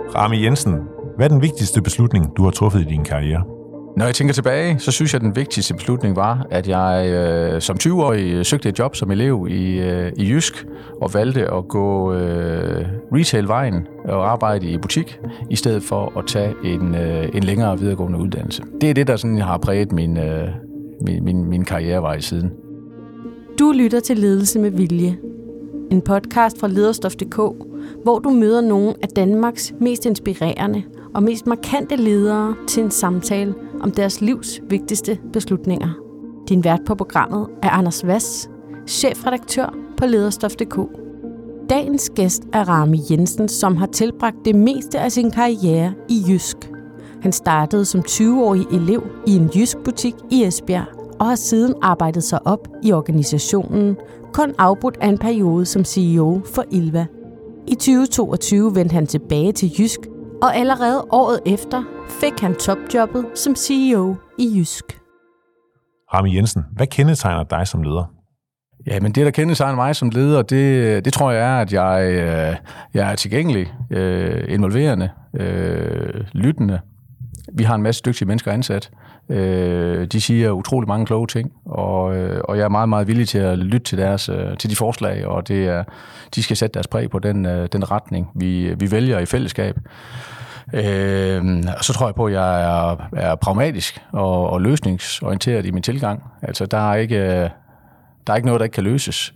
Rami Jensen, hvad er den vigtigste beslutning, du har truffet i din karriere? Når jeg tænker tilbage, så synes jeg, at den vigtigste beslutning var, at jeg som 20-årig søgte et job som elev i Jysk, og valgte at gå retail-vejen og arbejde i butik, i stedet for at tage en længere videregående uddannelse. Det er det, der sådan har præget min karrierevej siden. Du lytter til Ledelse med Vilje, en podcast fra Lederstof.dk, hvor du møder nogle af Danmarks mest inspirerende og mest markante ledere til en samtale om deres livs vigtigste beslutninger. Din vært på programmet er Anders Hvass, chefredaktør på Lederstof.dk. Dagens gæst er Rami Jensen, som har tilbragt det meste af sin karriere i Jysk. Han startede som 20-årig elev i en Jysk butik i Esbjerg, og har siden arbejdet sig op i organisationen, kun afbrudt af en periode som CEO for Ilva. I 2022 vendte han tilbage til Jysk, og allerede året efter fik han topjobbet som CEO i Jysk. Rami Jensen, hvad kendetegner dig som leder? Ja, men det, der kendetegner mig som leder, det tror jeg er, at jeg er tilgængelig, involverende, lyttende. Vi har en masse dygtige mennesker ansat. De siger utrolig mange kloge ting, og jeg er meget, meget villig til at lytte til de forslag, og de skal sætte deres præg på den retning, vi vælger i fællesskab. Og så tror jeg på, at jeg er pragmatisk og løsningsorienteret i min tilgang. Altså, der er ikke noget, der ikke kan løses,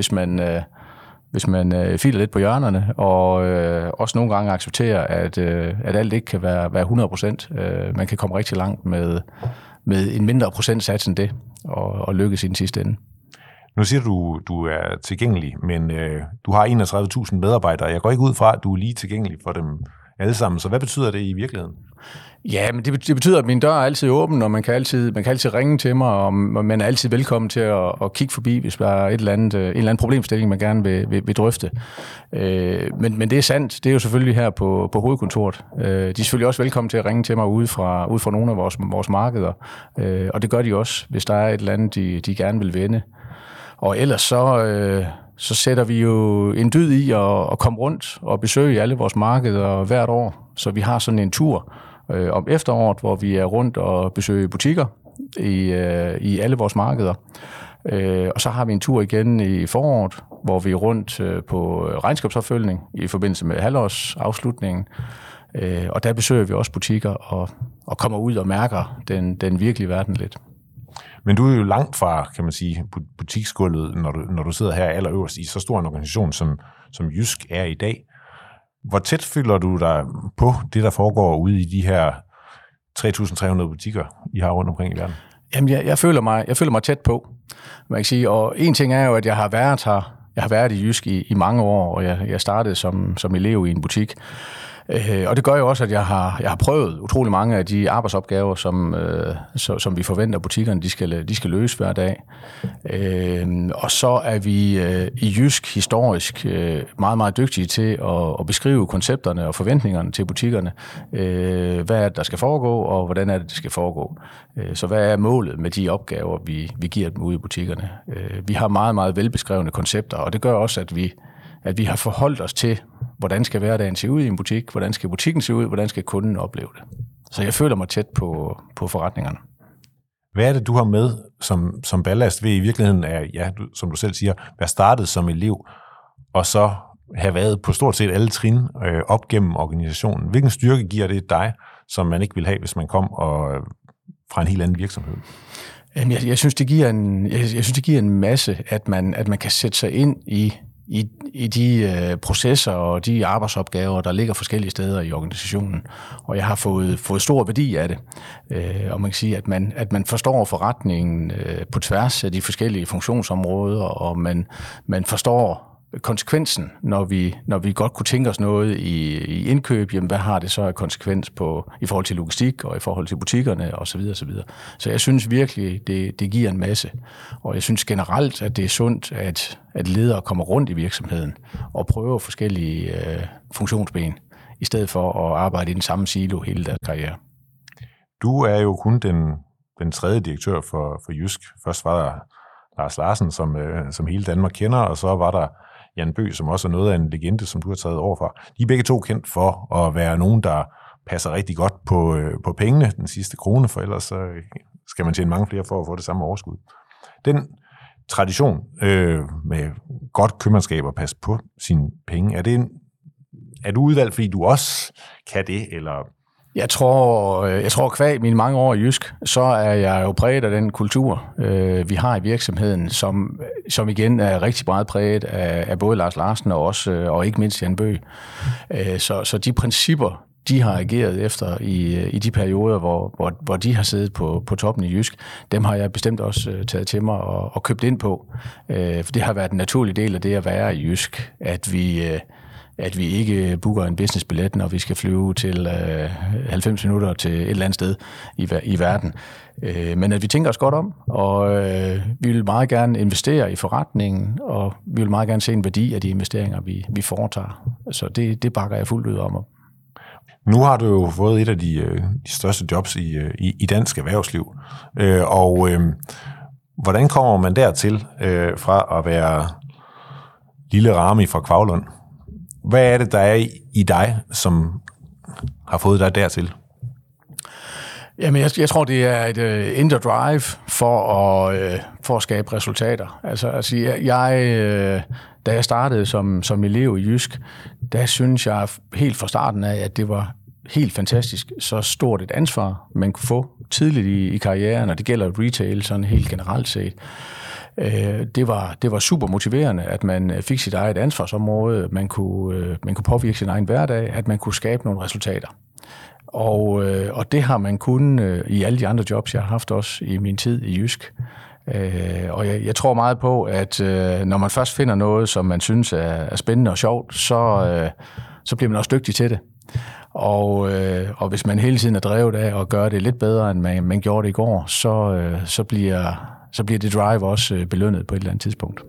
hvis man filer lidt på hjørnerne, og også nogle gange accepterer, at alt ikke kan være 100%. Man kan komme rigtig langt med en mindre procentsats end det, og lykkes i den sidste ende. Nu siger du er tilgængelig, men du har 31.000 medarbejdere. Jeg går ikke ud fra, at du er lige tilgængelig for dem alle sammen. Så hvad betyder det i virkeligheden? Ja, men det betyder, at min dør er altid åben, og man kan altid ringe til mig, og man er altid velkommen til at kigge forbi, hvis der er en eller anden problemstilling, man gerne vil drøfte. Men det er sandt. Det er jo selvfølgelig her på hovedkontoret. De er selvfølgelig også velkommen til at ringe til mig ude fra nogle af vores markeder, og det gør de også, hvis der er et eller andet, de gerne vil vende. Og ellers så sætter vi jo en dyd i at komme rundt og besøge alle vores markeder hvert år, så vi har sådan en tur om efteråret, hvor vi er rundt og besøger butikker i alle vores markeder. Og så har vi en tur igen i foråret, hvor vi er rundt på regnskabsopfølgning i forbindelse med halvårsafslutningen. Og der besøger vi også butikker og kommer ud og mærker den virkelige verden lidt. Men du er jo langt fra, kan man sige, butiksgulvet, når du sidder her allerøverst i så stor en organisation, som Jysk er i dag. Hvor tæt føler du dig på det, der foregår ude i de her 3.300 butikker, I har rundt omkring i verden? Jamen, jeg føler mig tæt på, man kan sige. Og en ting er jo, at jeg har været her. Jeg har været i Jysk i mange år, og jeg startede som elev i en butik. Og det gør jo også, at jeg har prøvet utrolig mange af de arbejdsopgaver, som vi forventer, butikkerne de skal løse hver dag. Og så er vi i Jysk historisk meget, meget dygtige til at beskrive koncepterne og forventningerne til butikkerne. Hvad er det, der skal foregå, og hvordan er det skal foregå? Så hvad er målet med de opgaver, vi giver dem ude i butikkerne? Vi har meget, meget velbeskrevne koncepter, og det gør også, at vi har forholdt os til, hvordan skal hverdagen se ud i en butik, hvordan skal butikken se ud, hvordan skal kunden opleve det. Så jeg føler mig tæt på forretningerne. Hvad er det, du har med som ballast ved i virkeligheden er, ja, som du selv siger, være startet som elev, og så have været på stort set alle trin op gennem organisationen? Hvilken styrke giver det dig, som man ikke vil have, hvis man kom fra en helt anden virksomhed? Jeg synes, det giver en masse, at man kan sætte sig ind i de processer og de arbejdsopgaver, der ligger forskellige steder i organisationen. Og jeg har fået stor værdi af det. Og man kan sige, at man forstår forretningen på tværs af de forskellige funktionsområder, og man forstår konsekvensen, når vi godt kunne tænke os noget i indkøb, jamen hvad har det så af konsekvens i forhold til logistik og i forhold til butikkerne osv. osv. Så jeg synes virkelig, det giver en masse. Og jeg synes generelt, at det er sundt, at ledere kommer rundt i virksomheden og prøver forskellige funktionsben, i stedet for at arbejde i den samme silo hele deres karriere. Du er jo kun den tredje direktør for Jysk. Først var der Lars Larsen, som hele Danmark kender, og så var der Jan Bøgh, som også er noget af en legende, som du har taget over fra. De er begge to kendt for at være nogen, der passer rigtig godt på pengene, den sidste krone, for ellers så skal man tjene mange flere for at få det samme overskud. Den tradition med godt købmandskab og passe på sine penge, er du udvalgt, fordi du også kan det, eller... Jeg tror kvæg mine mange år i Jysk, så er jeg jo præget af den kultur, vi har i virksomheden, som igen er rigtig meget præget af både Lars Larsen og ikke mindst Jan Bøgh. Så de principper, de har ageret efter i de perioder, hvor de har siddet på toppen i Jysk, dem har jeg bestemt også taget til mig og købt ind på. For det har været en naturlig del af det at være i Jysk, at vi ikke booker en businessbillet, når vi skal flyve til 90 minutter til et eller andet sted i verden. Men at vi tænker os godt om, og vi vil meget gerne investere i forretningen, og vi vil meget gerne se en værdi af de investeringer, vi foretager. Så det bakker jeg fuldt ud om. Nu har du jo fået et af de største jobs i dansk erhvervsliv, og hvordan kommer man dertil fra at være lille Rami fra Kvavlund? Hvad er det, der er i dig, som har fået dig dertil? Jamen, jeg tror, det er et indre drive for at skabe resultater. Altså da jeg startede som elev i Jysk, der synes jeg helt fra starten af, at det var helt fantastisk, så stort et ansvar, man kunne få tidligt i karrieren, og det gælder retail sådan helt generelt set. Det var super motiverende, at man fik sit eget ansvarsområde, man kunne påvirke sin egen hverdag, at man kunne skabe nogle resultater. Og det har man kunnet i alle de andre jobs, jeg har haft også i min tid i Jysk. Og jeg tror meget på, at når man først finder noget, som man synes er spændende og sjovt, så bliver man også dygtig til det. Og hvis man hele tiden er drevet af at gøre det lidt bedre, end man gjorde det i går, så bliver det drive også belønnet på et eller andet tidspunkt.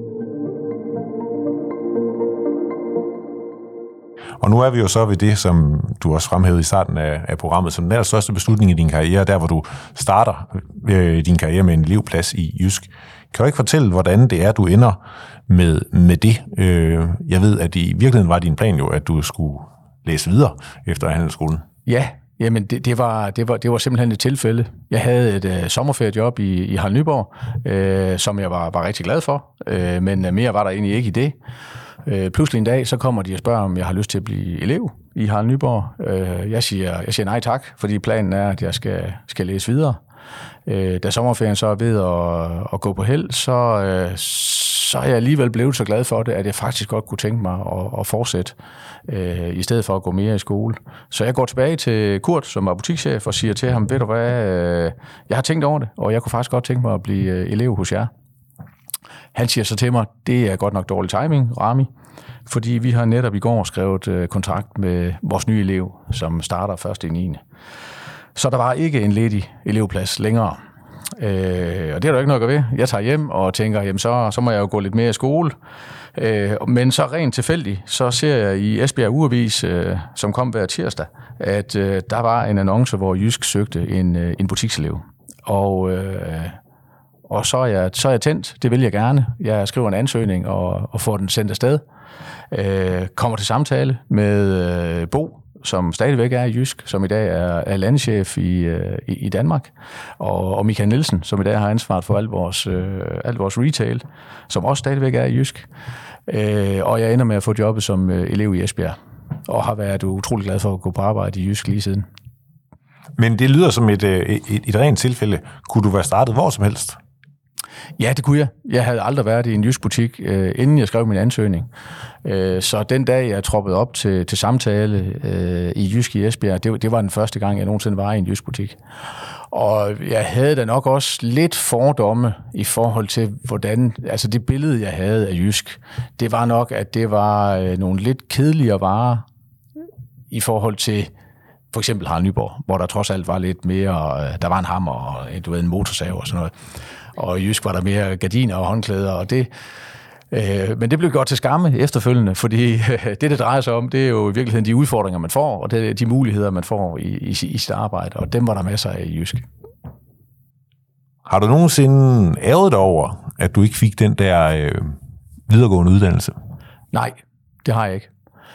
Og nu er vi jo så ved det, som du også fremhævede i starten af programmet, som den allerstørste beslutning i din karriere, der hvor du starter din karriere med en elevplads i Jysk. Kan du ikke fortælle, hvordan det er, du ender med det? Jeg ved, at i virkeligheden var din plan jo, at du skulle læse videre efter handelsskolen. Ja, jamen det var simpelthen et tilfælde. Jeg havde et sommerferiejob i Harald Nyborg, som jeg var rigtig glad for, men mere var der egentlig ikke i det. Pludselig en dag, så kommer de og spørger, om jeg har lyst til at blive elev i Harald Nyborg. Jeg siger nej tak, fordi planen er, at jeg skal læse videre. Da sommerferien så er ved at gå på held, så er jeg alligevel blevet så glad for det, at jeg faktisk godt kunne tænke mig at fortsætte, i stedet for at gå mere i skole. Så jeg går tilbage til Kurt, som var butikschef, og siger til ham, ved du hvad, jeg har tænkt over det, og jeg kunne faktisk godt tænke mig at blive elev hos jer. Han siger så til mig, det er godt nok dårlig timing, Rami, fordi vi har netop i går skrevet kontrakt med vores nye elev, som starter først i 9. Så der var ikke en ledig elevplads længere. Og det er der ikke noget at gøre ved. Jeg tager hjem og tænker, jamen så må jeg jo gå lidt mere i skole. Men så rent tilfældigt, så ser jeg i Esbjerg Ugeavis, som kom hver tirsdag, at der var en annonce, hvor Jysk søgte en butikselev. Og så er jeg tændt, det vil jeg gerne. Jeg skriver en ansøgning og får den sendt afsted. Kommer til samtale med Bo, som stadigvæk er i Jysk, som i dag er landchef i Danmark, og Michael Nielsen, som i dag har ansvaret for alt vores retail, som også stadigvæk er i Jysk. Og jeg ender med at få jobbet som elev i Esbjerg, og har været utrolig glad for at gå på arbejde i Jysk lige siden. Men det lyder som et rent tilfælde. Kunne du være startet hvor som helst? Ja, det kunne jeg. Jeg havde aldrig været i en Jysk butik, inden jeg skrev min ansøgning. Så den dag, jeg troppede op til samtale i Jysk i Esbjerg, det var den første gang, jeg nogensinde var i en Jysk butik. Og jeg havde da nok også lidt fordomme i forhold til, hvordan, altså det billede, jeg havde af Jysk, det var nok, at det var nogle lidt kedeligere varer i forhold til for eksempel Harald Nyborg, hvor der trods alt var lidt mere, der var en hammer og en motorsav og sådan noget. Og i Jysk var der mere gardiner og håndklæder, og det. Men det blev gjort til skamme efterfølgende, fordi det drejer sig om, det er jo i virkeligheden de udfordringer, man får, og det er de muligheder, man får i sit arbejde, og dem var der masser af i Jysk. Har du nogensinde ærget dig over, at du ikke fik den der videregående uddannelse? Nej, det har jeg ikke.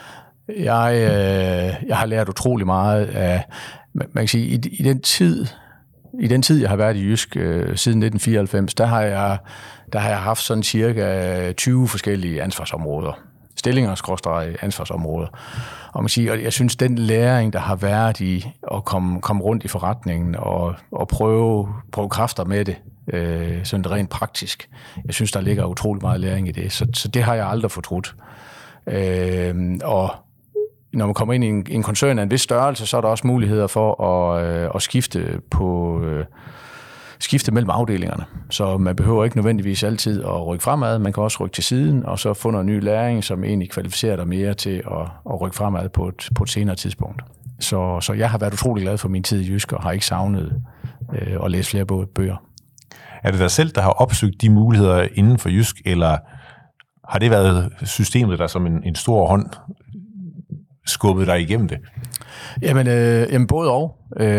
Jeg har lært utrolig meget af, man kan sige, i den tid, jeg har været i Jysk siden 1994, der har jeg haft sådan cirka 20 forskellige ansvarsområder. Ansvarsområder. Og man siger, og jeg synes, den læring, der har været i at komme rundt i forretningen og prøve kræfter med det, sådan rent praktisk, jeg synes, der ligger utrolig meget læring i det. Så det har jeg aldrig fortrudt. Og når man kommer ind i en koncern af en vis størrelse, så er der også muligheder for at skifte mellem afdelingerne. Så man behøver ikke nødvendigvis altid at rykke fremad. Man kan også rykke til siden, og så få noget ny læring, som egentlig kvalificerer dig mere til at rykke fremad på et senere tidspunkt. Så jeg har været utrolig glad for min tid i Jysk, og har ikke savnet at læse flere bøger. Er det dig selv, der har opsøgt de muligheder inden for Jysk, eller har det været systemet, der som en stor hånd skubbet dig igennem det? Jamen både og.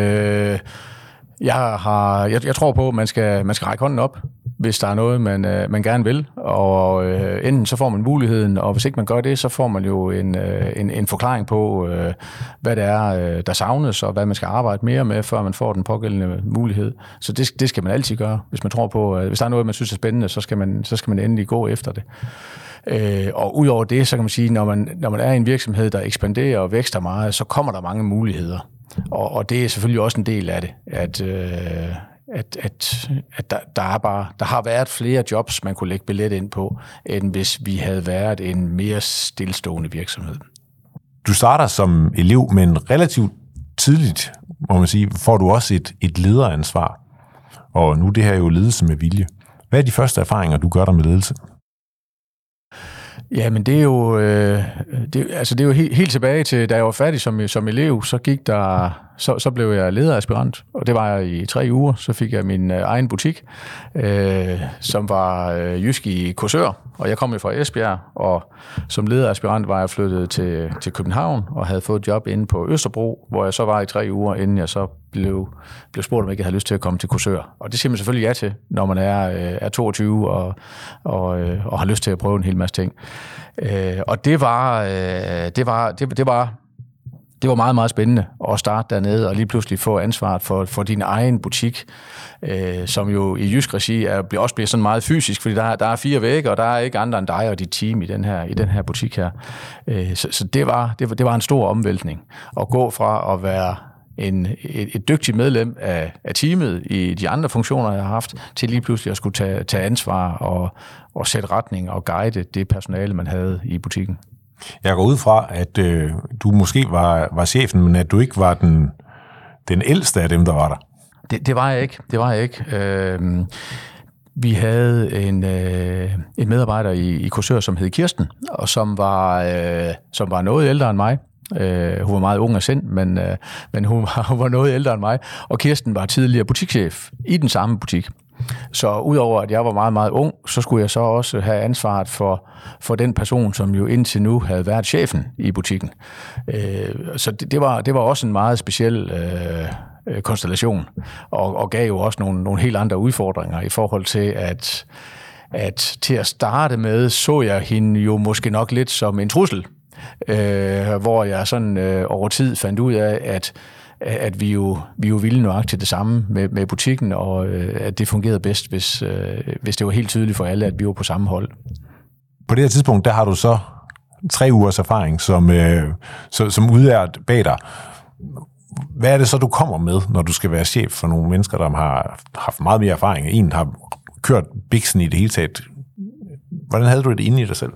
Jeg tror på, at man skal række hånden op, hvis der er noget, man gerne vil, og enten så får man muligheden, og hvis ikke man gør det, så får man jo en forklaring på, hvad det er, der savnes, og hvad man skal arbejde mere med, før man får den pågældende mulighed. Så det skal man altid gøre, hvis man tror på, hvis der er noget, man synes er spændende, så skal man endelig gå efter det. Og udover det, så kan man sige, når man er i en virksomhed, der ekspanderer og vækster meget, så kommer der mange muligheder. Og det er selvfølgelig også en del af det, at der har været flere jobs, man kunne lægge billet ind på, end hvis vi havde været en mere stillestående virksomhed. Du starter som elev, men relativt tidligt, må man sige, får du også et lederansvar. Og nu det her er jo ledelse med vilje. Hvad er de første erfaringer, du gør der med ledelse? Ja, men det er jo, det er jo helt tilbage til, da jeg var færdig som elev, så blev jeg lederaspirant, og det var jeg i 3 uger. Så fik jeg min egen butik, som var Jysk i Korsør, og jeg kom jo fra Esbjerg, og som lederaspirant var jeg flyttet til København og havde fået et job inde på Østerbro, hvor jeg så var i 3 uger, inden jeg så blev spurgt, om jeg ikke havde lyst til at komme til Korsør. Og det siger man selvfølgelig ja til, når man er 22 og har lyst til at prøve en hel masse ting. Og det var meget, meget spændende at starte dernede og lige pludselig få ansvaret for din egen butik, som jo i Jysk regi også bliver sådan meget fysisk, fordi der er 4 vægge, og der er ikke andre end dig og dit team i den her butik her. Så det var en stor omvæltning at gå fra at være et dygtigt medlem af teamet i de andre funktioner, jeg har haft, til lige pludselig at skulle tage ansvar og sætte retning og guide det personale, man havde i butikken. Jeg går ud fra, at du måske var chefen, men at du ikke var den ældste af dem, der var der. Det var jeg ikke. Vi havde en medarbejder i Korsør, som hed Kirsten, og som var noget ældre end mig. Hun var meget ung af sind, men hun var noget ældre end mig. Og Kirsten var tidligere butikschef i den samme butik. Så udover at jeg var meget, meget ung, så skulle jeg så også have ansvaret for den person, som jo indtil nu havde været chefen i butikken. Så det var også en meget speciel konstellation, og gav jo også nogle helt andre udfordringer i forhold til, at til at starte med, så jeg hende jo måske nok lidt som en trussel, hvor jeg sådan over tid fandt ud af, at vi jo ville nøjagtigt det samme med butikken, og at det fungerede bedst, hvis det var helt tydeligt for alle, at vi var på samme hold. På det her tidspunkt, der har du så 3 ugers erfaring som udlært bag dig. Hvad er det så, du kommer med, når du skal være chef for nogle mennesker, der har haft meget mere erfaring? En har kørt biksen i det hele taget. Hvordan havde du det inde i dig selv?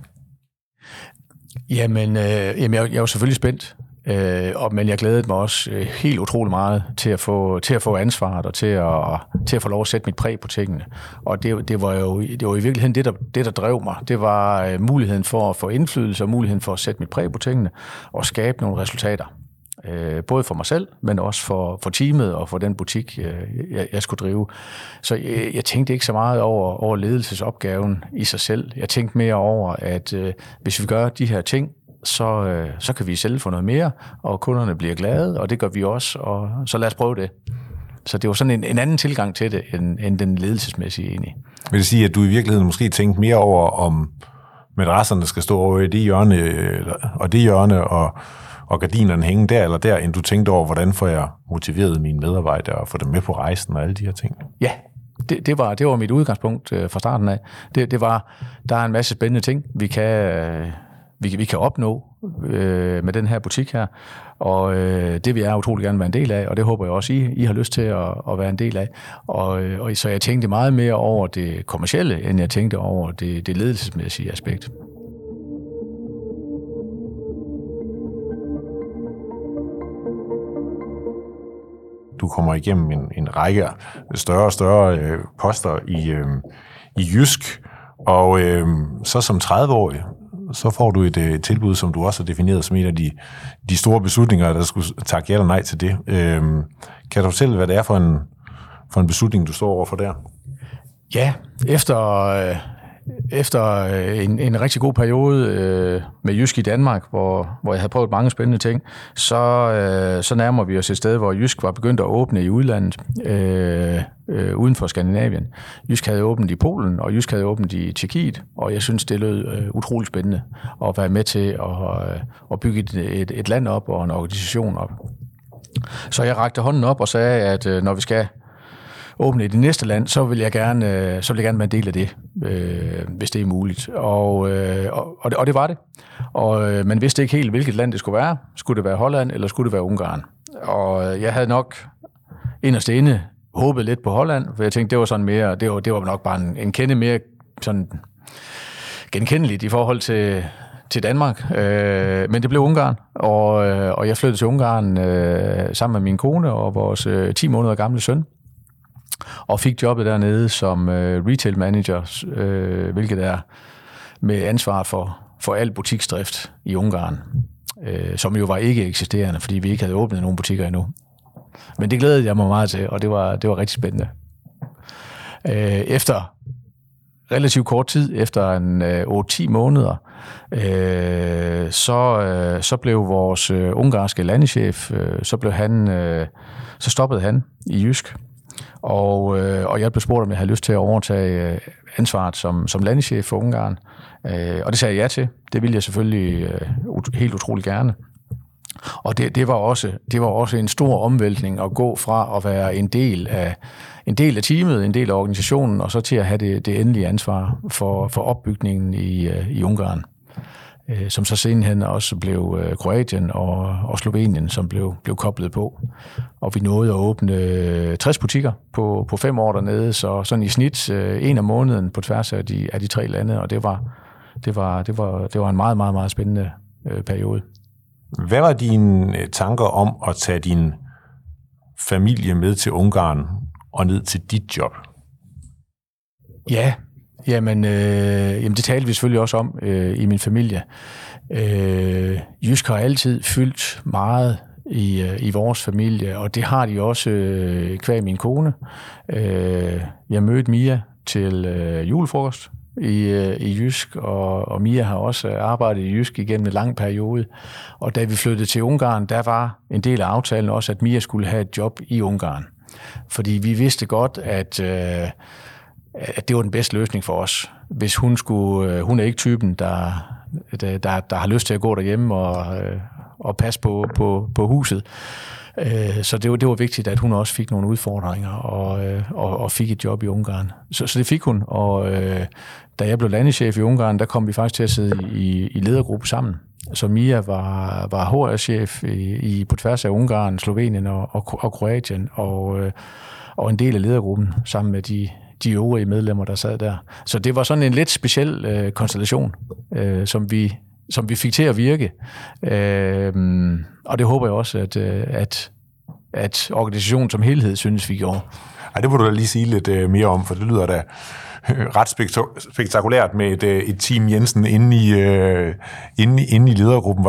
Jamen, jeg var selvfølgelig spændt. Men jeg glædede mig også helt utrolig meget til at få ansvaret og til at få lov at sætte mit præg på tingene. Og det var jo i virkeligheden det, der drev mig. Det var muligheden for at få indflydelse og muligheden for at sætte mit præg på tingene og skabe nogle resultater. Både for mig selv, men også for teamet og for den butik, jeg skulle drive. Så jeg tænkte ikke så meget over ledelsesopgaven i sig selv. Jeg tænkte mere over, at hvis vi gør de her ting, så kan vi selv få noget mere, og kunderne bliver glade, og det gør vi også, og så lad os prøve det. Så det var sådan en anden tilgang til det, end den ledelsesmæssige egentlig. Vil det sige, at du i virkeligheden måske tænkte mere over, om madrasserne skal stå over i det hjørne, og gardinerne hænge der eller der, end du tænkte over, hvordan får jeg motiveret mine medarbejdere og få dem med på rejsen og alle de her ting? Ja, det var mit udgangspunkt fra starten af. Det var, der er en masse spændende ting, vi kan opnå med den her butik her, og det vil jeg utrolig gerne være en del af, og det håber jeg også, I har lyst til at være en del af. Og så jeg tænkte meget mere over det kommercielle, end jeg tænkte over det ledelsesmæssige aspekt. Du kommer igennem en række større og større poster i Jysk, og så som 30-årig, så får du et tilbud, som du også har defineret som en af de store beslutninger, der skulle takke ja eller nej til det. Kan du fortælle, hvad det er for en beslutning, du står overfor der? Ja, efter en rigtig god periode med Jysk i Danmark, hvor jeg havde prøvet mange spændende ting, så nærmer vi os et sted, hvor Jysk var begyndt at åbne i udlandet, uden for Skandinavien. Jysk havde åbnet i Polen, og Jysk havde åbnet i Tjekkiet, og jeg synes, det lød utroligt spændende at være med til at bygge et land op og en organisation op. Så jeg rakte hånden op og sagde, at når vi skal åbne i det næste land, så vil jeg gerne være en del af det, hvis det er muligt. Og det var det. Og man vidste ikke helt, hvilket land det skulle være. Skulle det være Holland, eller skulle det være Ungarn? Og jeg havde nok inderst inde håbet lidt på Holland, for jeg tænkte, det var sådan mere, det var nok bare en kende mere sådan genkendeligt i forhold til Danmark. Men det blev Ungarn, og jeg flyttede til Ungarn sammen med min kone og vores 10 måneder gamle søn, og fik jobbet dernede som retail manager, hvilket er med ansvaret for al butiksdrift i Ungarn, som jo var ikke eksisterende, fordi vi ikke havde åbnet nogen butikker endnu. Men det glædede jeg mig meget til, og det var rigtig spændende. Efter relativt kort tid, efter en 8-10 måneder, så blev vores ungarske landechef, så stoppede han i Jysk. Og jeg blev spurgt, om jeg havde lyst til at overtage ansvaret som landechef for Ungarn. Og det sagde jeg ja til. Det ville jeg selvfølgelig helt utrolig gerne. Og det var også en stor omvæltning at gå fra at være en del af teamet, en del af organisationen, og så til at have det endelige ansvar for opbygningen i Ungarn. Som så senere også blev Kroatien og Slovenien, som blev koblet på. Og vi nåede at åbne 60 butikker på 5 år dernede, så sådan i snit en om måneden på tværs af de 3 lande, og det var en meget, meget, meget spændende periode. Hvad var dine tanker om at tage din familie med til Ungarn og ned til dit job? Ja, jamen det talte vi selvfølgelig også om i min familie. Jysk har altid fyldt meget i vores familie, og det har de også kvad min kone. Jeg mødte Mia til julefrokost i Jysk, og Mia har også arbejdet i Jysk igennem en lang periode. Og da vi flyttede til Ungarn, der var en del af aftalen også, at Mia skulle have et job i Ungarn. Fordi vi vidste godt, at det var den bedste løsning for os. Hvis hun er ikke typen, der har lyst til at gå derhjemme og passe på huset. Så det var vigtigt, at hun også fik nogle udfordringer og fik et job i Ungarn. Så det fik hun, og da jeg blev landechef i Ungarn, der kom vi faktisk til at sidde i ledergruppe sammen. Så Mia var HR-chef på tværs af Ungarn, Slovenien og Kroatien, og en del af ledergruppen sammen med de øvrige medlemmer, der sad der. Så det var sådan en lidt speciel konstellation, som vi fik til at virke. Og det håber jeg også, at organisationen som helhed synes, vi gjorde. Ej, det må du da lige sige lidt mere om, for det lyder da ret spektakulært med et Team Jensen inde i ledergruppen.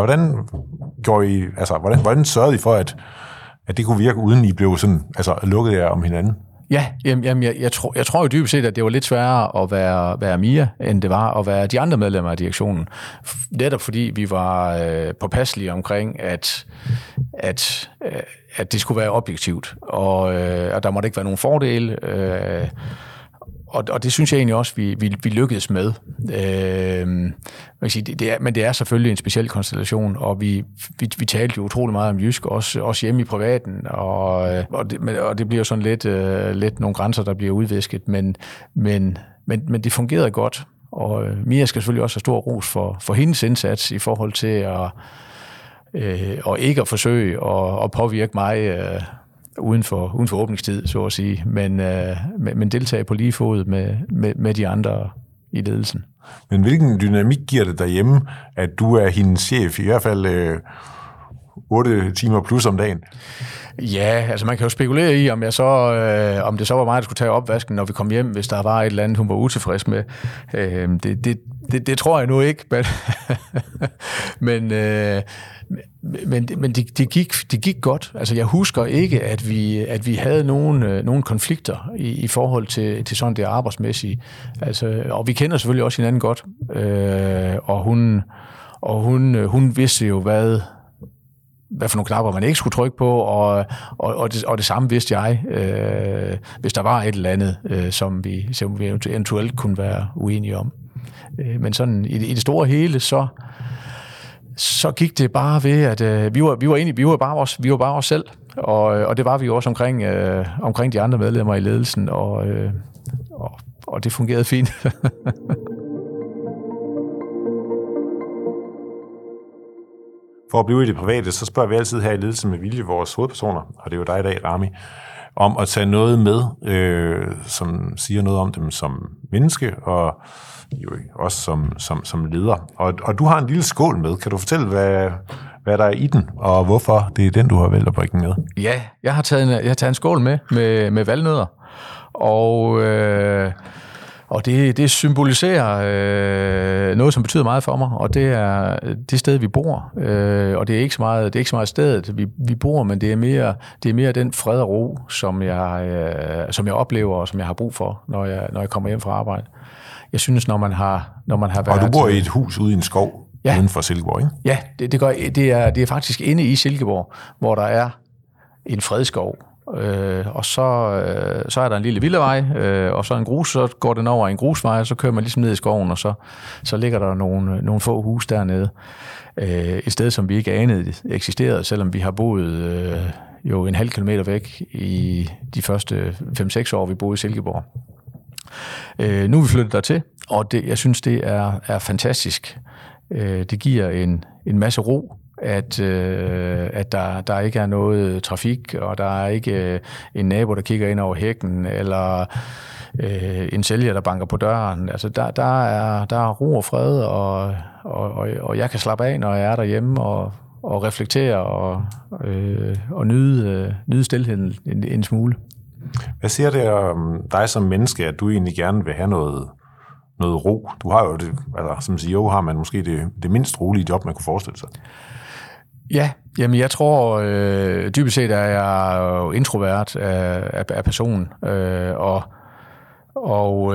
Hvordan sørgede I for, at det kunne virke, uden I blev sådan, lukket jer om hinanden? Ja, jamen jeg tror jo dybest set, at det var lidt sværere at være Mia, end det var at være de andre medlemmer af direktionen. Netop fordi vi var påpasselige omkring, at det skulle være objektivt, og der måtte ikke være nogen fordele. Og det synes jeg egentlig også, vi lykkedes med. Man kan sige, men det er selvfølgelig en speciel konstellation, og vi talte jo utrolig meget om jysk, også hjemme i privaten, og det bliver sådan lidt nogle grænser, der bliver udvisket, men det fungerede godt. Og Mia skal selvfølgelig også have stor ros for hendes indsats i forhold til at ikke at forsøge at påvirke mig uden for åbningstid, så at sige, men deltage på lige fod med de andre i ledelsen. Men hvilken dynamik giver det derhjemme, at du er hendes chef, i hvert fald 8 timer plus om dagen? Ja, altså man kan jo spekulere i, om det så var mig, der skulle tage opvasken, når vi kom hjem, hvis der var et eller andet, hun var utilfreds med. Det tror jeg nu ikke, men det gik godt. Altså jeg husker ikke, at vi havde nogen konflikter i forhold til sådan det arbejdsmæssige. Altså, og vi kender selvfølgelig også hinanden godt, og hun vidste jo, hvad for nogle knapper man ikke skulle trykke på, og det samme vidste jeg, hvis der var et eller andet, som vi eventuelt kunne være uenige om. Men sådan i det store hele, så gik det bare ved, at vi var bare os selv, og det var vi jo også omkring de andre medlemmer i ledelsen, og det fungerede fint. For at blive i det private, så spørger vi altid her i Ledelsen med Vilje vores hovedpersoner, og det er jo dig i dag, Rami, om at tage noget med, som siger noget om dem som menneske, og jo også som leder. Og du har en lille skål med. Kan du fortælle, hvad der er i den, og hvorfor det er den, du har valgt at bringe med? Ja, jeg har taget en skål med valnødder, og det symboliserer noget, som betyder meget for mig, og det er det sted, vi bor. Og det er ikke så meget stedet, vi bor, men det er mere den fred og ro, som jeg oplever, og som jeg har brug for, når jeg kommer hjem fra arbejde. Jeg synes, når man har været... Og du bor i et hus ude i en skov, ja, uden for Silkeborg, ikke? Ja, det er faktisk inde i Silkeborg, hvor der er en fredskov. Og så er der en lille vildevej, og så en grus, så går den over en grusvej, og så kører man ligesom ned i skoven, og så ligger der nogle få hus dernede. Et sted, som vi ikke anede eksisterede, selvom vi har boet jo en halv kilometer væk i de første 5-6 år, vi boede i Silkeborg. Nu er vi flyttet dertil, og jeg synes, det er fantastisk. Det giver en masse ro, at der ikke er noget trafik, og der er ikke en nabo, der kigger ind over hækken, eller en sælger, der banker på døren. Altså, der er ro og fred, og jeg kan slappe af, når jeg er derhjemme, og reflektere og nyde stilheden en smule. Hvad siger det om dig som menneske, at du egentlig gerne vil have noget ro? Du har jo det, altså som CEO har man måske det mindst rolige job, man kunne forestille sig. Ja, jamen jeg tror dybest set er jeg jo introvert af person, og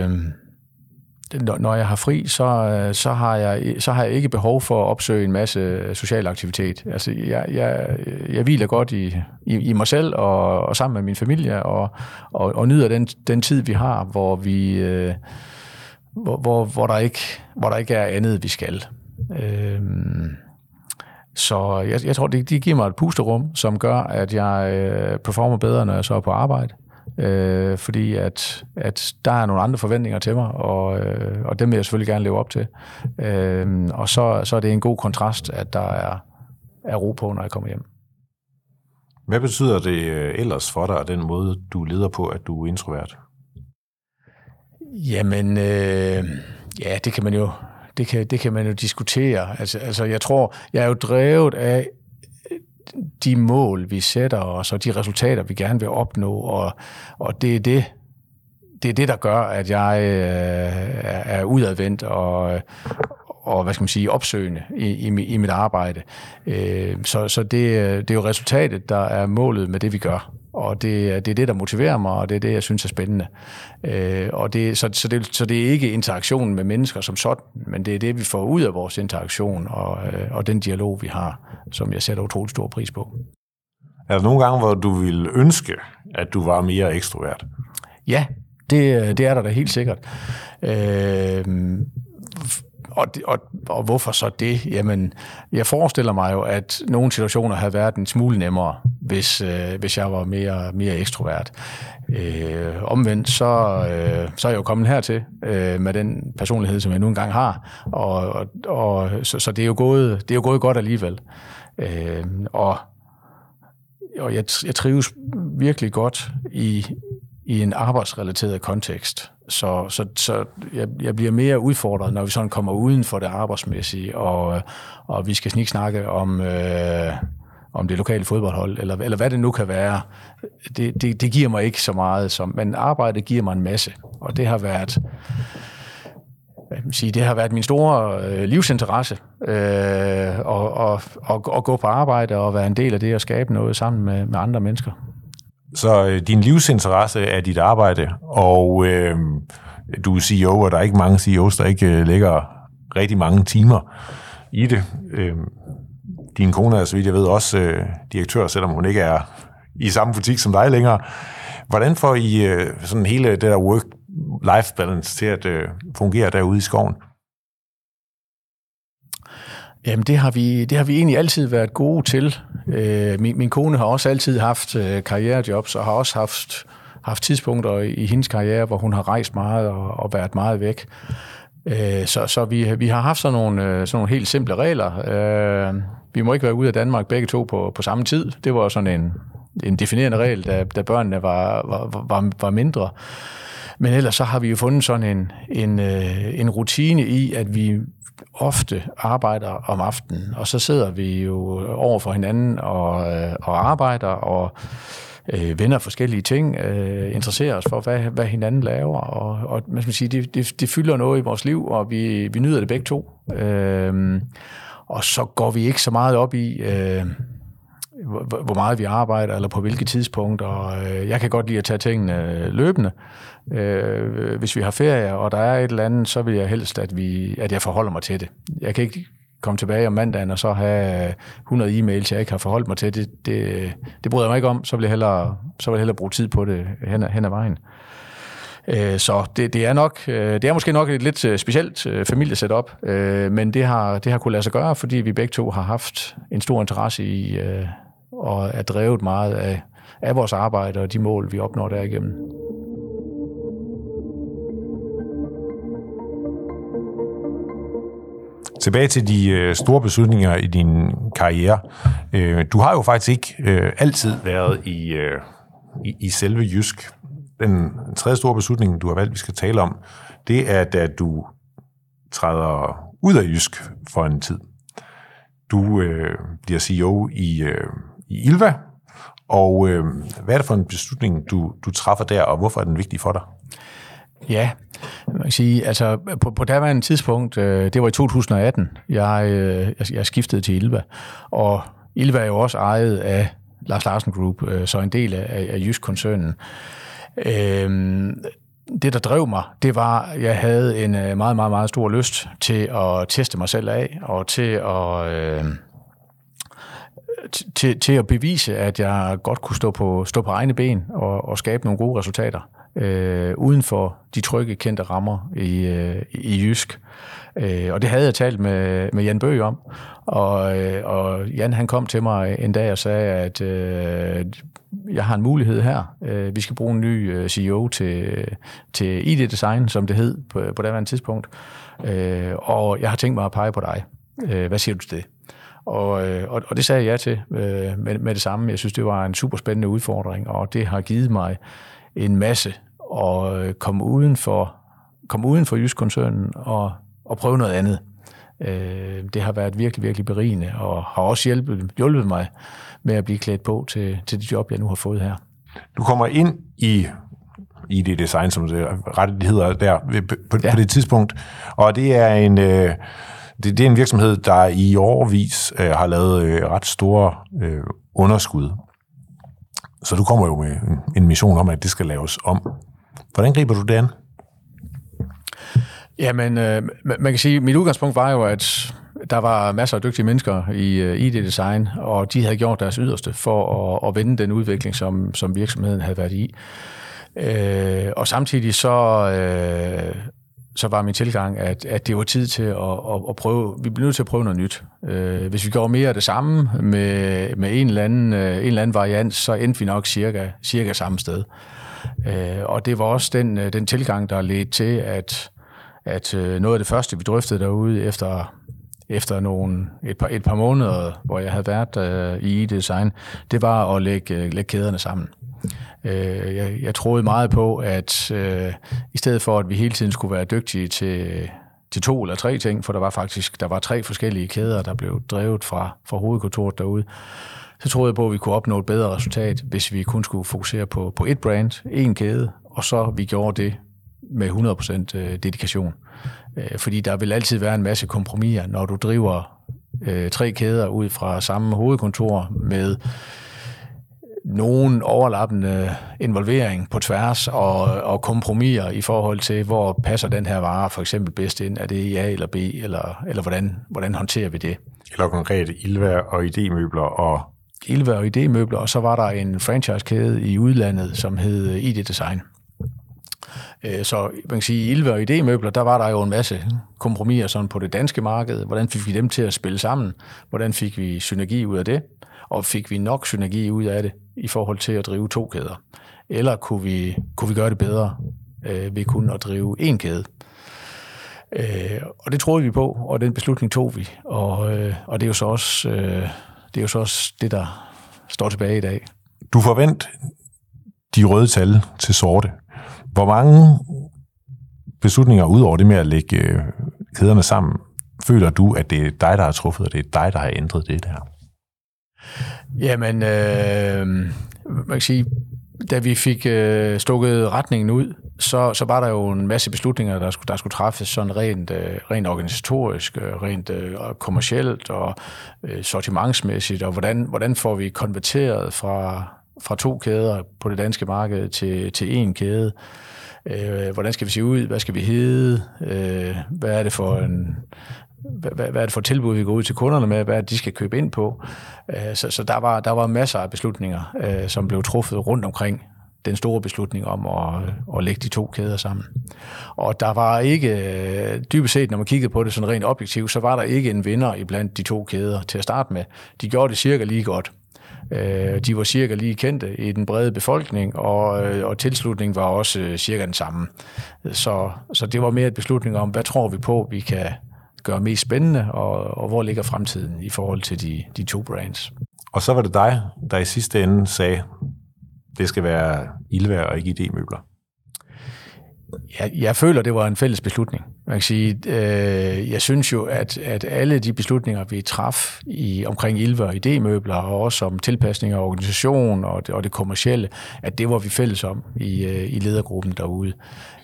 når jeg har fri, så har jeg ikke behov for at opsøge en masse social aktivitet. Altså jeg hviler godt i mig selv og sammen med min familie og nyder den tid vi har, hvor vi hvor der ikke er andet vi skal. Så jeg tror, det giver mig et pusterum, som gør, at jeg performer bedre, når jeg så er på arbejde. Fordi at der er nogle andre forventninger til mig, og dem vil jeg selvfølgelig gerne leve op til. Og så er det en god kontrast, at der er ro på, når jeg kommer hjem. Hvad betyder det ellers for dig, den måde, du leder på, at du er introvert? Jamen, ja, det kan man jo diskutere. Altså, jeg tror, jeg er jo drevet af de mål, vi sætter os, og de resultater, vi gerne vil opnå, og det er det, der gør, at jeg er udadvendt og hvad skal man sige, opsøgende i mit arbejde. Så det er jo resultatet, der er målet med det, vi gør. Og det er det, der motiverer mig, og det er det, jeg synes er spændende. Så det er ikke interaktionen med mennesker som sådan, men det er det, vi får ud af vores interaktion og den dialog, vi har, som jeg sætter utrolig stor pris på. Er der nogle gange, hvor du ville ønske, at du var mere ekstrovert? Ja, Det er der da helt sikkert. Og hvorfor så det? Jamen, jeg forestiller mig jo, at nogle situationer havde været en smule nemmere, hvis jeg var mere ekstrovert. Omvendt, så er jeg jo kommet hertil med den personlighed, som jeg nu engang har, og så det er jo gået godt alligevel. Og jeg trives virkelig godt i en arbejdsrelateret kontekst. Så jeg bliver mere udfordret, når vi sådan kommer uden for det arbejdsmæssige, og vi skal snakke om det lokale fodboldhold, eller hvad det nu kan være. Det giver mig ikke så meget, men arbejdet giver mig en masse, og det har været... Det har været min store livsinteresse at gå på arbejde og være en del af det og skabe noget sammen med andre mennesker. Så din livsinteresse er dit arbejde, og du er CEO, og der er ikke mange CEOs, der ikke lægger rigtig mange timer i det. Din kone er, så vidt jeg ved, også direktør, selvom hun ikke er i samme butik som dig længere. Hvordan får I sådan hele det der work-life balance til at fungere derude i skoven? Jamen, det har vi egentlig altid været gode til. Min kone har også altid haft karrierejobs, og har også haft tidspunkter i hendes karriere, hvor hun har rejst meget og været meget væk. Så vi har haft sådan nogle helt simple regler. Vi må ikke være ude af Danmark begge to på samme tid. Det var sådan en definerende regel, da børnene var mindre. Men ellers så har vi jo fundet sådan en rutine i, at vi ofte arbejder om aftenen, og så sidder vi jo over for hinanden og arbejder og vender forskellige ting, interesserer os for, hvad hinanden laver, og man skal sige, det fylder noget i vores liv, og vi nyder det begge to. Og så går vi ikke så meget op i, hvor meget vi arbejder, eller på hvilke tidspunkter. Jeg kan godt lide at tage tingene løbende. Hvis vi har ferie, og der er et eller andet, så vil jeg helst, at jeg forholder mig til det. Jeg kan ikke komme tilbage om mandagen, og så have 100 e-mails, jeg ikke har forholdt mig til. Det bryder jeg mig ikke om. Så vil jeg hellere bruge tid på det hen ad vejen. Så det er måske nok et lidt specielt familiesetup, men det har kunnet lade sig gøre, fordi vi begge to har haft en stor interesse i og er drevet meget af vores arbejde og de mål, vi opnår derigennem. Tilbage til de store beslutninger i din karriere. Du har jo faktisk ikke altid været i selve Jysk. Den tredje store beslutning, du har valgt, vi skal tale om, det er, da du træder ud af Jysk for en tid. Du bliver CEO i Ilva, og hvad er det for en beslutning, du træffer der, og hvorfor er den vigtig for dig? Ja, man kan sige, altså på daværende tidspunkt, det var i 2018, jeg skiftede til Ilva, og Ilva er jo også ejet af Lars Larsen Group, så en del af Jysk-koncernen. Det, der drev mig, det var, at jeg havde en meget, meget, meget stor lyst til at teste mig selv af, og til at bevise, at jeg godt kunne stå på egne ben og skabe nogle gode resultater uden for de trygge, kendte rammer i Jysk. Og det havde jeg talt med Jan Bøgh om, og Jan han kom til mig en dag og sagde, at jeg har en mulighed her. Vi skal bruge en ny CEO til ID-design, som det hed på daværende tidspunkt, og jeg har tænkt mig at pege på dig. Hvad siger du til det? Og det sagde jeg ja til med det samme. Jeg synes, det var en super spændende udfordring, og det har givet mig en masse at komme uden for Jysk-koncernen og prøve noget andet. Det har været virkelig, virkelig berigende, og har også hjulpet mig med at blive klædt på til det job, jeg nu har fået her. Du kommer ind i det design, som det ret hedder der på det tidspunkt, og det er en virksomhed, der i årevis har lavet ret store underskud. Så du kommer jo med en mission om, at det skal laves om. Hvordan griber du det an? Jamen, man kan sige, at mit udgangspunkt var jo, at der var masser af dygtige mennesker i ID-design, og de havde gjort deres yderste for at vende den udvikling, som virksomheden havde været i. Og samtidig så var min tilgang, at det var tid til at prøve. Vi blev nødt til at prøve noget nyt. Hvis vi gjorde mere af det samme med en eller anden variant, så endte vi nok cirka samme sted. Og det var også den tilgang, der ledte til, at noget af det første, vi drøftede derude efter et par måneder, hvor jeg havde været i design, det var at lægge kæderne sammen. Jeg troede meget på, at i stedet for, at vi hele tiden skulle være dygtige til 2 eller 3 ting, for der var 3 forskellige kæder, der blev drevet fra hovedkontoret derude, så troede jeg på, at vi kunne opnå et bedre resultat, hvis vi kun skulle fokusere på et brand, en kæde, og så vi gjorde det med 100% dedikation. Fordi der vil altid være en masse kompromiser, når du driver 3 kæder ud fra samme hovedkontor med nogen overlappende involvering på tværs og kompromiser i forhold til, hvor passer den her vare for eksempel bedst ind. Er det i A eller B, eller hvordan håndterer vi det? Eller konkret Ilva og ID-møbler og ID-møbler, og så var der en franchise-kæde i udlandet, som hed ID Design. Så man kan sige, i Ilva og ID-møbler, der var der jo en masse kompromiser sådan på det danske marked. Hvordan fik vi dem til at spille sammen? Hvordan fik vi synergi ud af det? Og fik vi nok synergi ud af det i forhold til at drive 2 kæder? Eller kunne vi gøre det bedre ved kun at drive 1 kæde? Og det troede vi på, og den beslutning tog vi. Og det er jo så også det, der står tilbage i dag. Du forvent de røde tal til sorte. Hvor mange beslutninger ud over det med at lægge kæderne sammen, føler du, at det er dig, der har truffet, og det er dig, der har ændret det der? Jamen, man kan sige, da vi fik stukket retningen ud, så var der jo en masse beslutninger, der skulle træffes sådan rent organisatorisk, rent kommercielt og sortimentsmæssigt, og hvordan får vi konverteret fra 2 kæder på det danske marked til 1 kæde. Hvordan skal vi se ud? Hvad skal vi hedde? Hvad er det for et tilbud, vi går ud til kunderne med? Hvad er det, de skal købe ind på? Så der var masser af beslutninger, som blev truffet rundt omkring den store beslutning om at lægge de 2 kæder sammen. Og der var ikke, dybest set, når man kiggede på det sådan rent objektivt, så var der ikke en vinder iblandt de 2 kæder til at starte med. De gjorde det cirka lige godt. De var cirka lige kendte i den brede befolkning, og tilslutningen var også cirka den samme. Så det var mere et beslutning om, hvad tror vi på, vi kan gøre mest spændende, og hvor ligger fremtiden i forhold til de 2 brands. Og så var det dig, der i sidste ende sagde, det skal være Ilva og ikke ID-møbler. Jeg føler, det var en fælles beslutning. Man kan sige, jeg synes jo, at alle de beslutninger, vi traf omkring Ilva og ID-møbler, og også om tilpasning af organisation og det kommercielle, at det var vi fælles om i ledergruppen derude.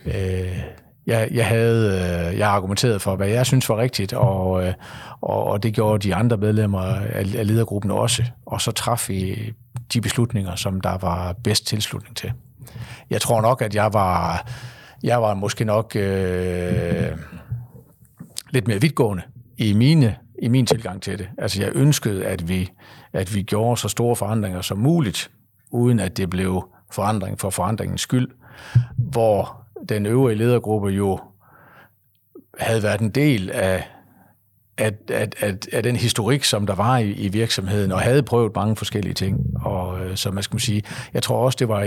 Jeg argumenterede for, hvad jeg synes var rigtigt, og det gjorde de andre medlemmer af ledergruppen også. Og så traf vi de beslutninger, som der var bedst tilslutning til. Jeg tror nok, at jeg var måske nok lidt mere vidtgående i min tilgang til det. Altså jeg ønskede, at vi gjorde så store forandringer som muligt, uden at det blev forandring for forandringens skyld, hvor den øvrige ledergruppe jo havde været en del af den historik, som der var i virksomheden, og havde prøvet mange forskellige ting. Og så man skal sige, jeg tror også, det var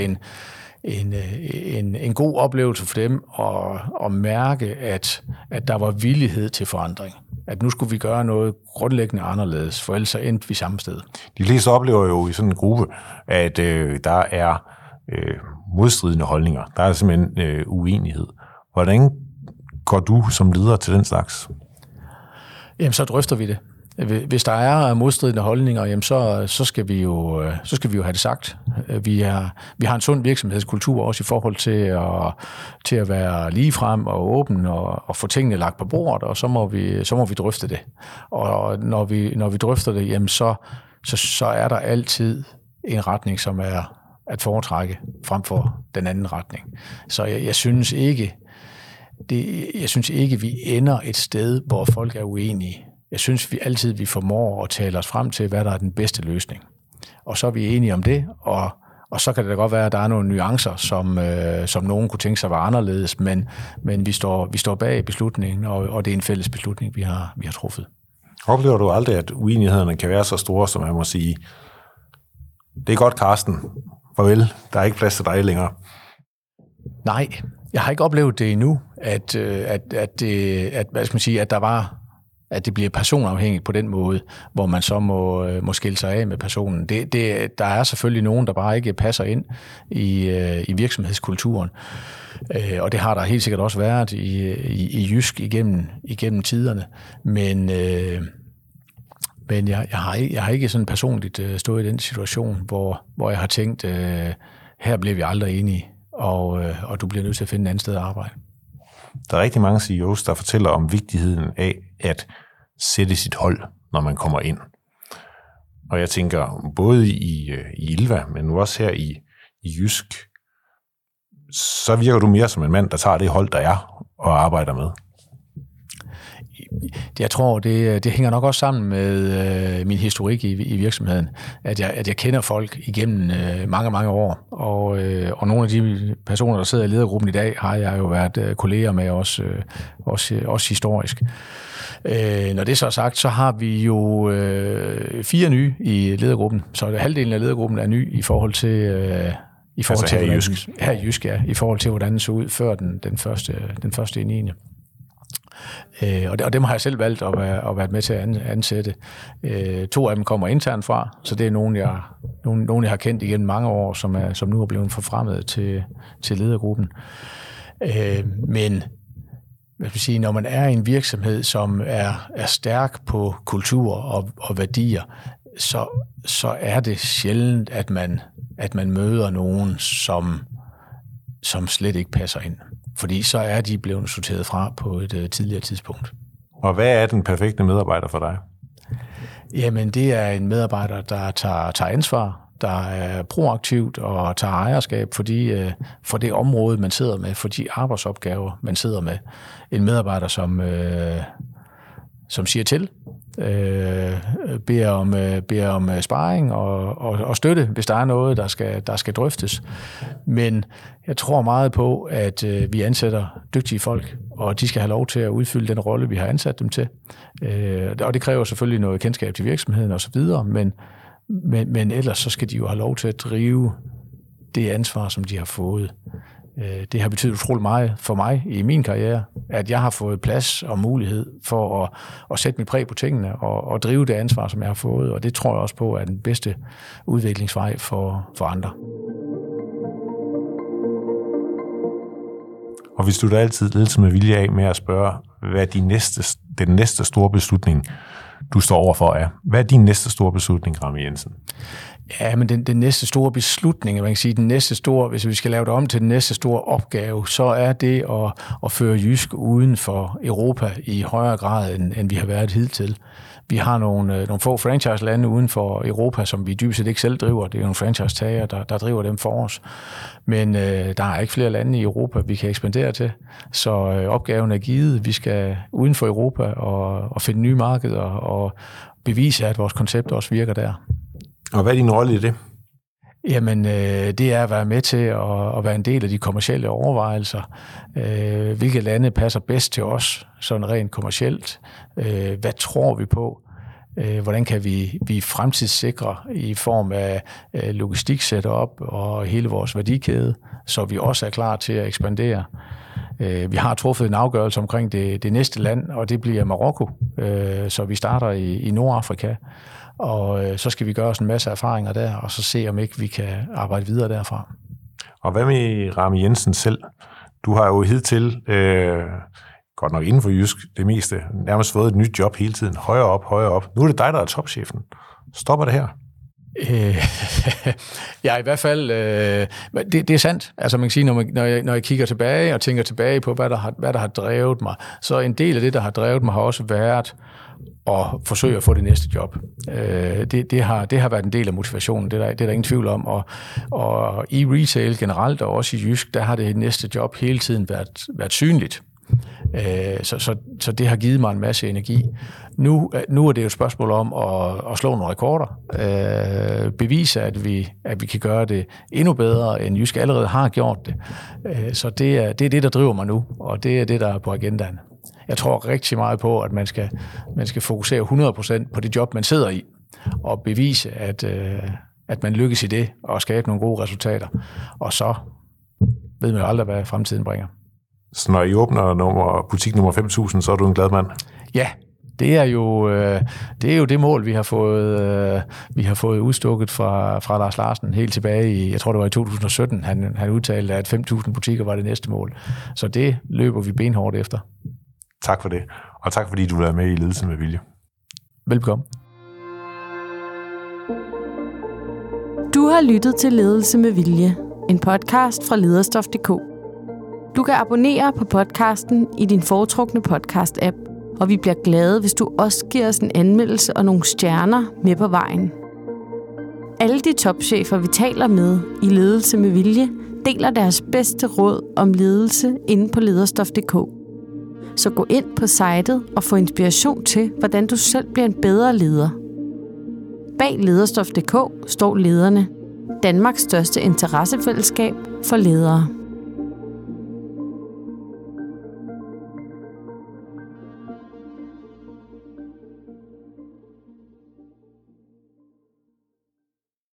en god oplevelse for dem at mærke, at der var villighed til forandring. At nu skulle vi gøre noget grundlæggende anderledes, for ellers endte vi samme sted. De fleste oplever jo i sådan en gruppe, at der er modstridende holdninger. Der er simpelthen uenighed. Hvordan går du som leder til den slags? Jamen, så drøfter vi det. Hvis der er modstridende holdninger, jamen så skal vi jo have det sagt. Vi har en sund virksomhedskultur også i forhold til at være ligefrem og åben og få tingene lagt på bordet, og så må vi drøfte det. Og når vi drøfter det, jamen så er der altid en retning, som er at foretrække frem for den anden retning. Så jeg synes ikke, vi ender et sted, hvor folk er uenige. Jeg synes vi formår at tale os frem til, hvad der er den bedste løsning. Og så er vi enige om det, og Og så kan det da godt være, at der er nogle nuancer, som nogen kunne tænke sig var anderledes, men vi står bag beslutningen, og det er en fælles beslutning, vi har truffet. Oplever du aldrig, at uenighederne kan være så store, som man må sige, det er godt, Carsten, farvel, der er ikke plads til dig længere? Nej, jeg har ikke oplevet det endnu, at hvad skal man sige, at det bliver personafhængigt på den måde, hvor man så må skille sig af med personen. Der er selvfølgelig nogen, der bare ikke passer ind i virksomhedskulturen, og det har der helt sikkert også været i Jysk igennem tiderne, men jeg har ikke sådan personligt stået i den situation, hvor jeg har tænkt, her bliver vi aldrig enige, og du bliver nødt til at finde et andet sted at arbejde. Der er rigtig mange CEOs, der fortæller om vigtigheden af at sætte sit hold, når man kommer ind. Og jeg tænker, både i Ilva, men nu også her i Jysk, så virker du mere som en mand, der tager det hold, der er, og arbejder med. Jeg tror, det hænger nok også sammen med min historik i virksomheden, at jeg kender folk igennem mange år, og nogle af de personer, der sidder i ledergruppen i dag, har jeg jo været kolleger med også historisk. Når det så er sagt, så har vi jo 4 nye i ledergruppen, så halvdelen af ledergruppen er ny i forhold til her i Jysk. Her i Jysk, ja, i forhold til hvordan den så ud før den første i 9. Og dem har jeg selv valgt at være med til at ansætte. 2 af dem kommer internt fra, så det er nogen jeg har kendt igennem mange år, som nu er blevet forfremmet til ledergruppen. Men hvad skal jeg sige, når man er i en virksomhed, som er stærk på kultur og værdier, så er det sjældent, at man møder nogen, som slet ikke passer ind. Fordi så er de blevet sorteret fra på et tidligere tidspunkt. Og hvad er den perfekte medarbejder for dig? Jamen, det er en medarbejder, der tager ansvar, der er proaktivt og tager ejerskab for det område, man sidder med, for de arbejdsopgaver, man sidder med. En medarbejder, som siger til, beder om sparring og støtte, hvis der er noget, der skal drøftes. Men jeg tror meget på, at vi ansætter dygtige folk, og de skal have lov til at udfylde den rolle, vi har ansat dem til. Og det kræver selvfølgelig noget kendskab til virksomheden osv., men ellers så skal de jo have lov til at drive det ansvar, som de har fået. Det har betydet utroligt meget for mig i min karriere, at jeg har fået plads og mulighed for at sætte mit præg på tingene og drive det ansvar, som jeg har fået, og det tror jeg også på er den bedste udviklingsvej for andre. Og vi slutter altid ledelse med vilje af med at spørge, hvad den næste store beslutning, du står overfor er. Hvad er din næste store beslutning, Rami Jensen? Ja, men den næste store beslutning, man kan sige, hvis vi skal lave det om til den næste store opgave, så er det at føre Jysk uden for Europa i højere grad, end vi har været hidtil. Vi har nogle få franchise-lande uden for Europa, som vi dybest set ikke selv driver. Det er nogle franchise-tager, der driver dem for os. Men der er ikke flere lande i Europa, vi kan ekspandere til. Så opgaven er givet. Vi skal uden for Europa og finde nye markeder og bevise, at vores koncept også virker der. Og hvad er din rolle i det? Jamen, det er at være med til at være en del af de kommercielle overvejelser. Hvilke lande passer bedst til os, sådan rent kommercielt? Hvad tror vi på? Hvordan kan vi fremtidssikre i form af logistik-setup og hele vores værdikæde, så vi også er klar til at ekspandere? Vi har truffet en afgørelse omkring det næste land, og det bliver Marokko. Så vi starter i Nordafrika. Og så skal vi gøre os en masse erfaringer der, og så se, om ikke vi kan arbejde videre derfra. Og hvad med Rami Jensen selv? Du har jo hidtil, godt nok inden for Jysk, det meste, nærmest fået et nyt job hele tiden. Højere op. Nu er det dig, der er topchefen. Stopper det her? Ja, i hvert fald, det er sandt. Altså man kan sige, når jeg kigger tilbage og tænker tilbage på, hvad der har drevet mig, så en del af det, der har drevet mig, har også været at forsøge at få det næste job. Det har været en del af motivationen, det er der ingen tvivl om. Og i retail generelt, og også i Jysk, der har det næste job hele tiden været synligt. Så det har givet mig en masse energi. Nu er det jo et spørgsmål om at slå nogle rekorder, bevise, at vi kan gøre det endnu bedre, end Jysk allerede har gjort det. Så det er det, der driver mig nu, og det er det, der er på agendaen. Jeg tror rigtig meget på, at man skal fokusere 100% på det job, man sidder i, og bevise, at man lykkes i det, og skabe nogle gode resultater. Og så ved man jo aldrig, hvad fremtiden bringer. Så når I åbner butik nummer 5.000, så er du en glad mand? Ja, det er jo det mål, vi har fået udstukket fra Lars Larsen helt tilbage i, jeg tror det var i 2017, han udtalte, at 5.000 butikker var det næste mål. Så det løber vi benhårdt efter. Tak for det, og tak fordi du var med i Ledelse med Vilje. Velbekomme. Du har lyttet til Ledelse med Vilje, en podcast fra Lederstof.dk. Du kan abonnere på podcasten i din foretrukne podcast-app, og vi bliver glade, hvis du også giver os en anmeldelse og nogle stjerner med på vejen. Alle de topchefer, vi taler med i Ledelse med Vilje, deler deres bedste råd om ledelse inde på Lederstof.dk. Så gå ind på sitet og få inspiration til, hvordan du selv bliver en bedre leder. Bag Lederstof.dk står Lederne, Danmarks største interessefællesskab for ledere.